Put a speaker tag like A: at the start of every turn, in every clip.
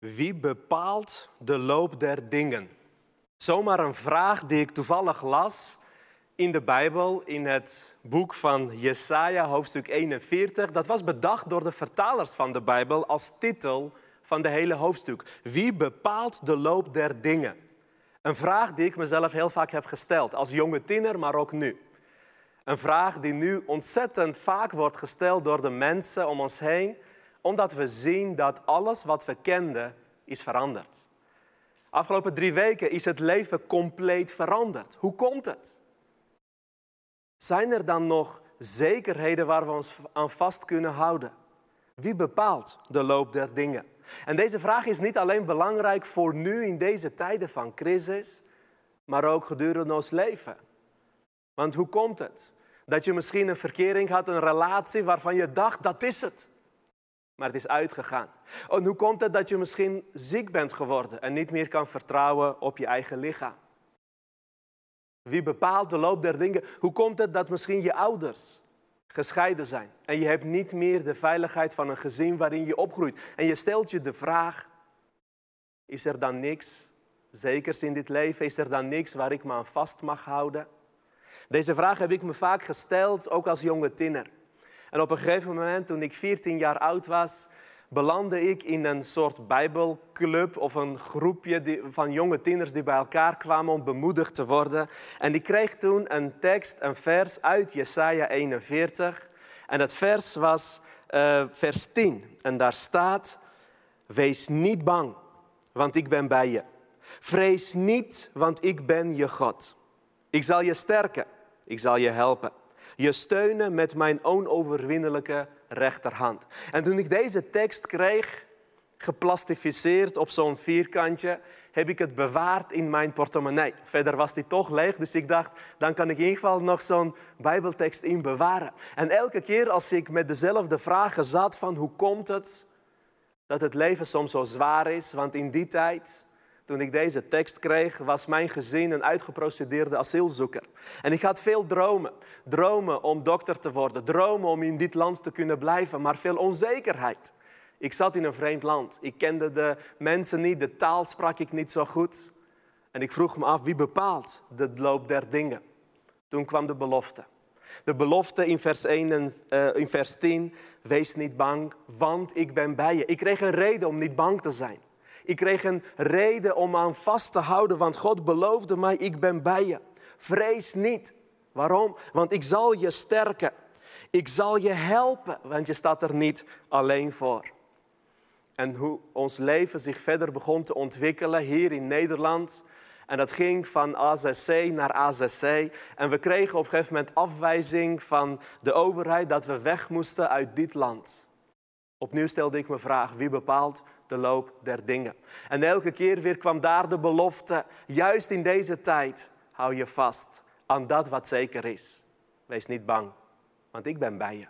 A: Wie bepaalt de loop der dingen? Zomaar een vraag die ik toevallig las in de Bijbel, in het boek van Jesaja, hoofdstuk 41. Dat was bedacht door de vertalers van de Bijbel als titel van de hele hoofdstuk. Wie bepaalt de loop der dingen? Een vraag die ik mezelf heel vaak heb gesteld, als jonge tiener, maar ook nu. Een vraag die nu ontzettend vaak wordt gesteld door de mensen om ons heen, omdat we zien dat alles wat we kenden is veranderd. Afgelopen 3 weken is het leven compleet veranderd. Hoe komt het? Zijn er dan nog zekerheden waar we ons aan vast kunnen houden? Wie bepaalt de loop der dingen? En deze vraag is niet alleen belangrijk voor nu in deze tijden van crisis, maar ook gedurende ons leven. Want hoe komt het? Dat je misschien een verkering had, een relatie waarvan je dacht, dat is het. Maar het is uitgegaan. En hoe komt het dat je misschien ziek bent geworden en niet meer kan vertrouwen op je eigen lichaam? Wie bepaalt de loop der dingen? Hoe komt het dat misschien je ouders gescheiden zijn en je hebt niet meer de veiligheid van een gezin waarin je opgroeit? En je stelt je de vraag, is er dan niks zekers in dit leven? Is er dan niks waar ik me aan vast mag houden? Deze vraag heb ik me vaak gesteld, ook als jonge tiener. En op een gegeven moment, toen ik 14 jaar oud was, belandde ik in een soort bijbelclub of een groepje van jonge tieners die bij elkaar kwamen om bemoedigd te worden. En ik kreeg toen een tekst, een vers uit Jesaja 41. En dat vers was vers 10. En daar staat, wees niet bang, want ik ben bij je. Vrees niet, want ik ben je God. Ik zal je sterken, ik zal je helpen. Je steunen met mijn onoverwinnelijke rechterhand. En toen ik deze tekst kreeg, geplastificeerd op zo'n vierkantje, heb ik het bewaard in mijn portemonnee. Verder was die toch leeg, dus ik dacht, dan kan ik in ieder geval nog zo'n bijbeltekst in bewaren. En elke keer als ik met dezelfde vragen zat van hoe komt het dat het leven soms zo zwaar is, want in die tijd, toen ik deze tekst kreeg, was mijn gezin een uitgeprocedeerde asielzoeker. En ik had veel dromen. Dromen om dokter te worden. Dromen om in dit land te kunnen blijven. Maar veel onzekerheid. Ik zat in een vreemd land. Ik kende de mensen niet. De taal sprak ik niet zo goed. En ik vroeg me af, wie bepaalt de loop der dingen? Toen kwam de belofte. De belofte in vers 1 en in vers 10. Wees niet bang, want ik ben bij je. Ik kreeg een reden om niet bang te zijn. Ik kreeg een reden om aan vast te houden, want God beloofde mij, ik ben bij je. Vrees niet. Waarom? Want ik zal je sterken. Ik zal je helpen, want je staat er niet alleen voor. En hoe ons leven zich verder begon te ontwikkelen hier in Nederland. En dat ging van AZC naar AZC. En we kregen op een gegeven moment afwijzing van de overheid dat we weg moesten uit dit land. Opnieuw stelde ik me vraag, wie bepaalt de loop der dingen? En elke keer weer kwam daar de belofte, juist in deze tijd, hou je vast aan dat wat zeker is. Wees niet bang, want ik ben bij je.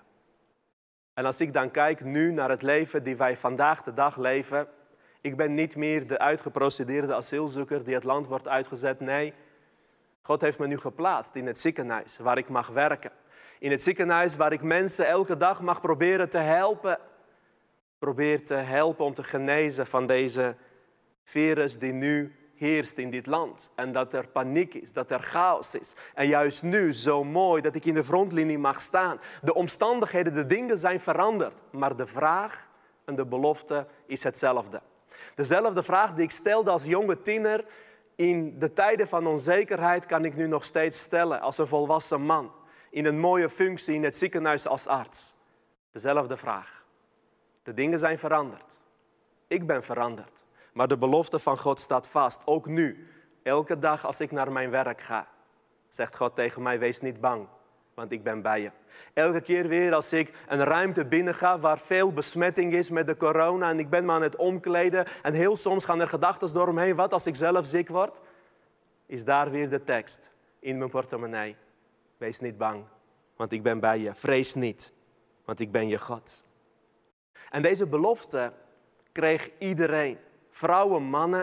A: En als ik dan kijk nu naar het leven die wij vandaag de dag leven, ik ben niet meer de uitgeprocedeerde asielzoeker die het land wordt uitgezet. Nee, God heeft me nu geplaatst in het ziekenhuis waar ik mag werken. In het ziekenhuis waar ik mensen elke dag mag proberen te helpen. Probeer te helpen om te genezen van deze virus die nu heerst in dit land. En dat er paniek is, dat er chaos is. En juist nu, zo mooi dat ik in de frontlinie mag staan. De omstandigheden, de dingen zijn veranderd. Maar de vraag en de belofte is hetzelfde. Dezelfde vraag die ik stelde als jonge tiener in de tijden van onzekerheid kan ik nu nog steeds stellen als een volwassen man. In een mooie functie in het ziekenhuis als arts. Dezelfde vraag. De dingen zijn veranderd. Ik ben veranderd. Maar de belofte van God staat vast. Ook nu, elke dag als ik naar mijn werk ga, zegt God tegen mij, wees niet bang, want ik ben bij je. Elke keer weer als ik een ruimte binnen ga waar veel besmetting is met de corona en ik ben me aan het omkleden en heel soms gaan er gedachten door me heen, wat als ik zelf ziek word? Is daar weer de tekst in mijn portemonnee. Wees niet bang, want ik ben bij je. Vrees niet, want ik ben je God. En deze belofte kreeg iedereen, vrouwen, mannen,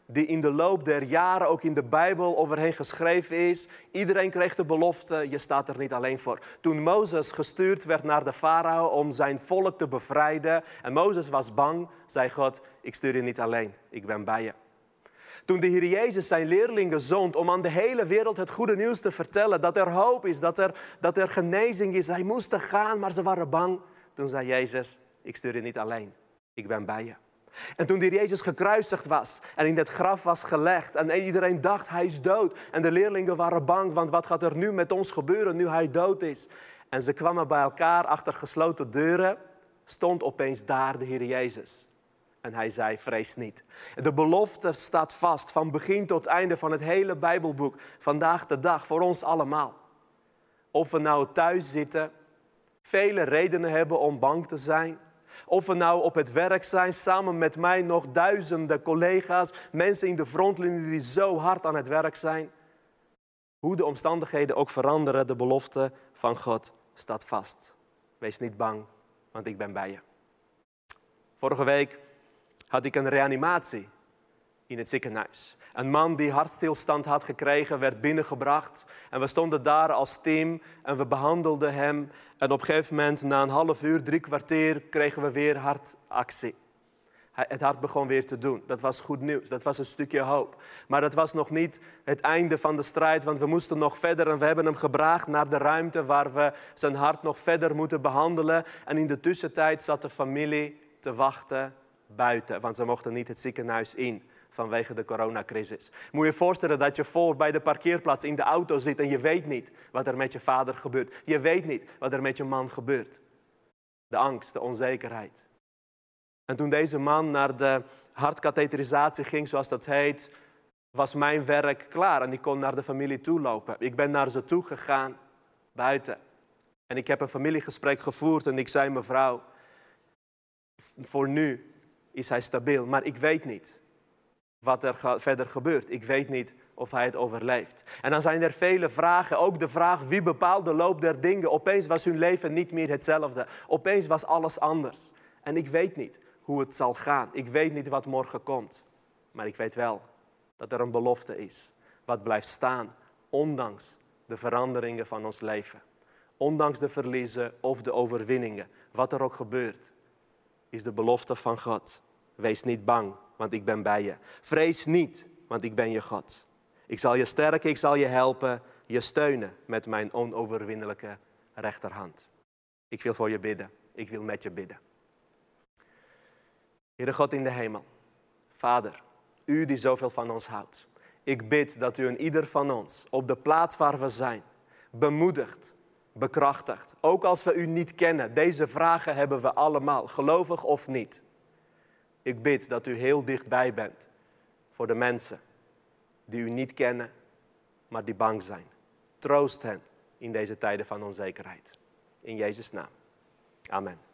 A: die in de loop der jaren ook in de Bijbel overheen geschreven is. Iedereen kreeg de belofte, je staat er niet alleen voor. Toen Mozes gestuurd werd naar de farao om zijn volk te bevrijden en Mozes was bang, zei God, ik stuur je niet alleen, ik ben bij je. Toen de Heer Jezus zijn leerlingen zond om aan de hele wereld het goede nieuws te vertellen, dat er hoop is, dat er genezing is. Zij moesten gaan, maar ze waren bang. Toen zei Jezus, ik stuur je niet alleen, ik ben bij je. En toen de Heer Jezus gekruisigd was en in het graf was gelegd en iedereen dacht hij is dood. En de leerlingen waren bang, want wat gaat er nu met ons gebeuren nu hij dood is? En ze kwamen bij elkaar achter gesloten deuren, stond opeens daar de Heer Jezus. En hij zei, vrees niet. De belofte staat vast van begin tot einde van het hele Bijbelboek. Vandaag de dag voor ons allemaal. Of we nou thuis zitten, vele redenen hebben om bang te zijn. Of we nou op het werk zijn, samen met mij nog duizenden collega's. Mensen in de frontlinie die zo hard aan het werk zijn. Hoe de omstandigheden ook veranderen, de belofte van God staat vast. Wees niet bang, want ik ben bij je. Vorige week had ik een reanimatie in het ziekenhuis. Een man die hartstilstand had gekregen, werd binnengebracht. En we stonden daar als team en we behandelden hem. En op een gegeven moment, na een half uur, 3 kwartier, kregen we weer hartactie. Het hart begon weer te doen. Dat was goed nieuws, dat was een stukje hoop. Maar dat was nog niet het einde van de strijd, want we moesten nog verder. En we hebben hem gebracht naar de ruimte waar we zijn hart nog verder moeten behandelen. En in de tussentijd zat de familie te wachten buiten, want ze mochten niet het ziekenhuis in vanwege de coronacrisis. Moet je je voorstellen dat je voor bij de parkeerplaats in de auto zit en je weet niet wat er met je vader gebeurt. Je weet niet wat er met je man gebeurt. De angst, de onzekerheid. En toen deze man naar de hartkatheterisatie ging, zoals dat heet, was mijn werk klaar en ik kon naar de familie toe lopen. Ik ben naar ze toe gegaan, buiten. En ik heb een familiegesprek gevoerd en ik zei, mevrouw, voor nu is hij stabiel, maar ik weet niet wat er verder gebeurt. Ik weet niet of hij het overleeft. En dan zijn er vele vragen, ook de vraag wie bepaalt de loop der dingen. Opeens was hun leven niet meer hetzelfde. Opeens was alles anders. En ik weet niet hoe het zal gaan. Ik weet niet wat morgen komt. Maar ik weet wel dat er een belofte is. Wat blijft staan, ondanks de veranderingen van ons leven. Ondanks de verliezen of de overwinningen. Wat er ook gebeurt, is de belofte van God. Wees niet bang, want ik ben bij je. Vrees niet, want ik ben je God. Ik zal je sterken, ik zal je helpen, je steunen met mijn onoverwinnelijke rechterhand. Ik wil voor je bidden, ik wil met je bidden. Heere God in de hemel, Vader, u die zoveel van ons houdt. Ik bid dat u een ieder van ons op de plaats waar we zijn, bemoedigt, bekrachtigt. Ook als we u niet kennen, deze vragen hebben we allemaal, gelovig of niet. Ik bid dat u heel dichtbij bent voor de mensen die u niet kennen, maar die bang zijn. Troost hen in deze tijden van onzekerheid. In Jezus' naam. Amen.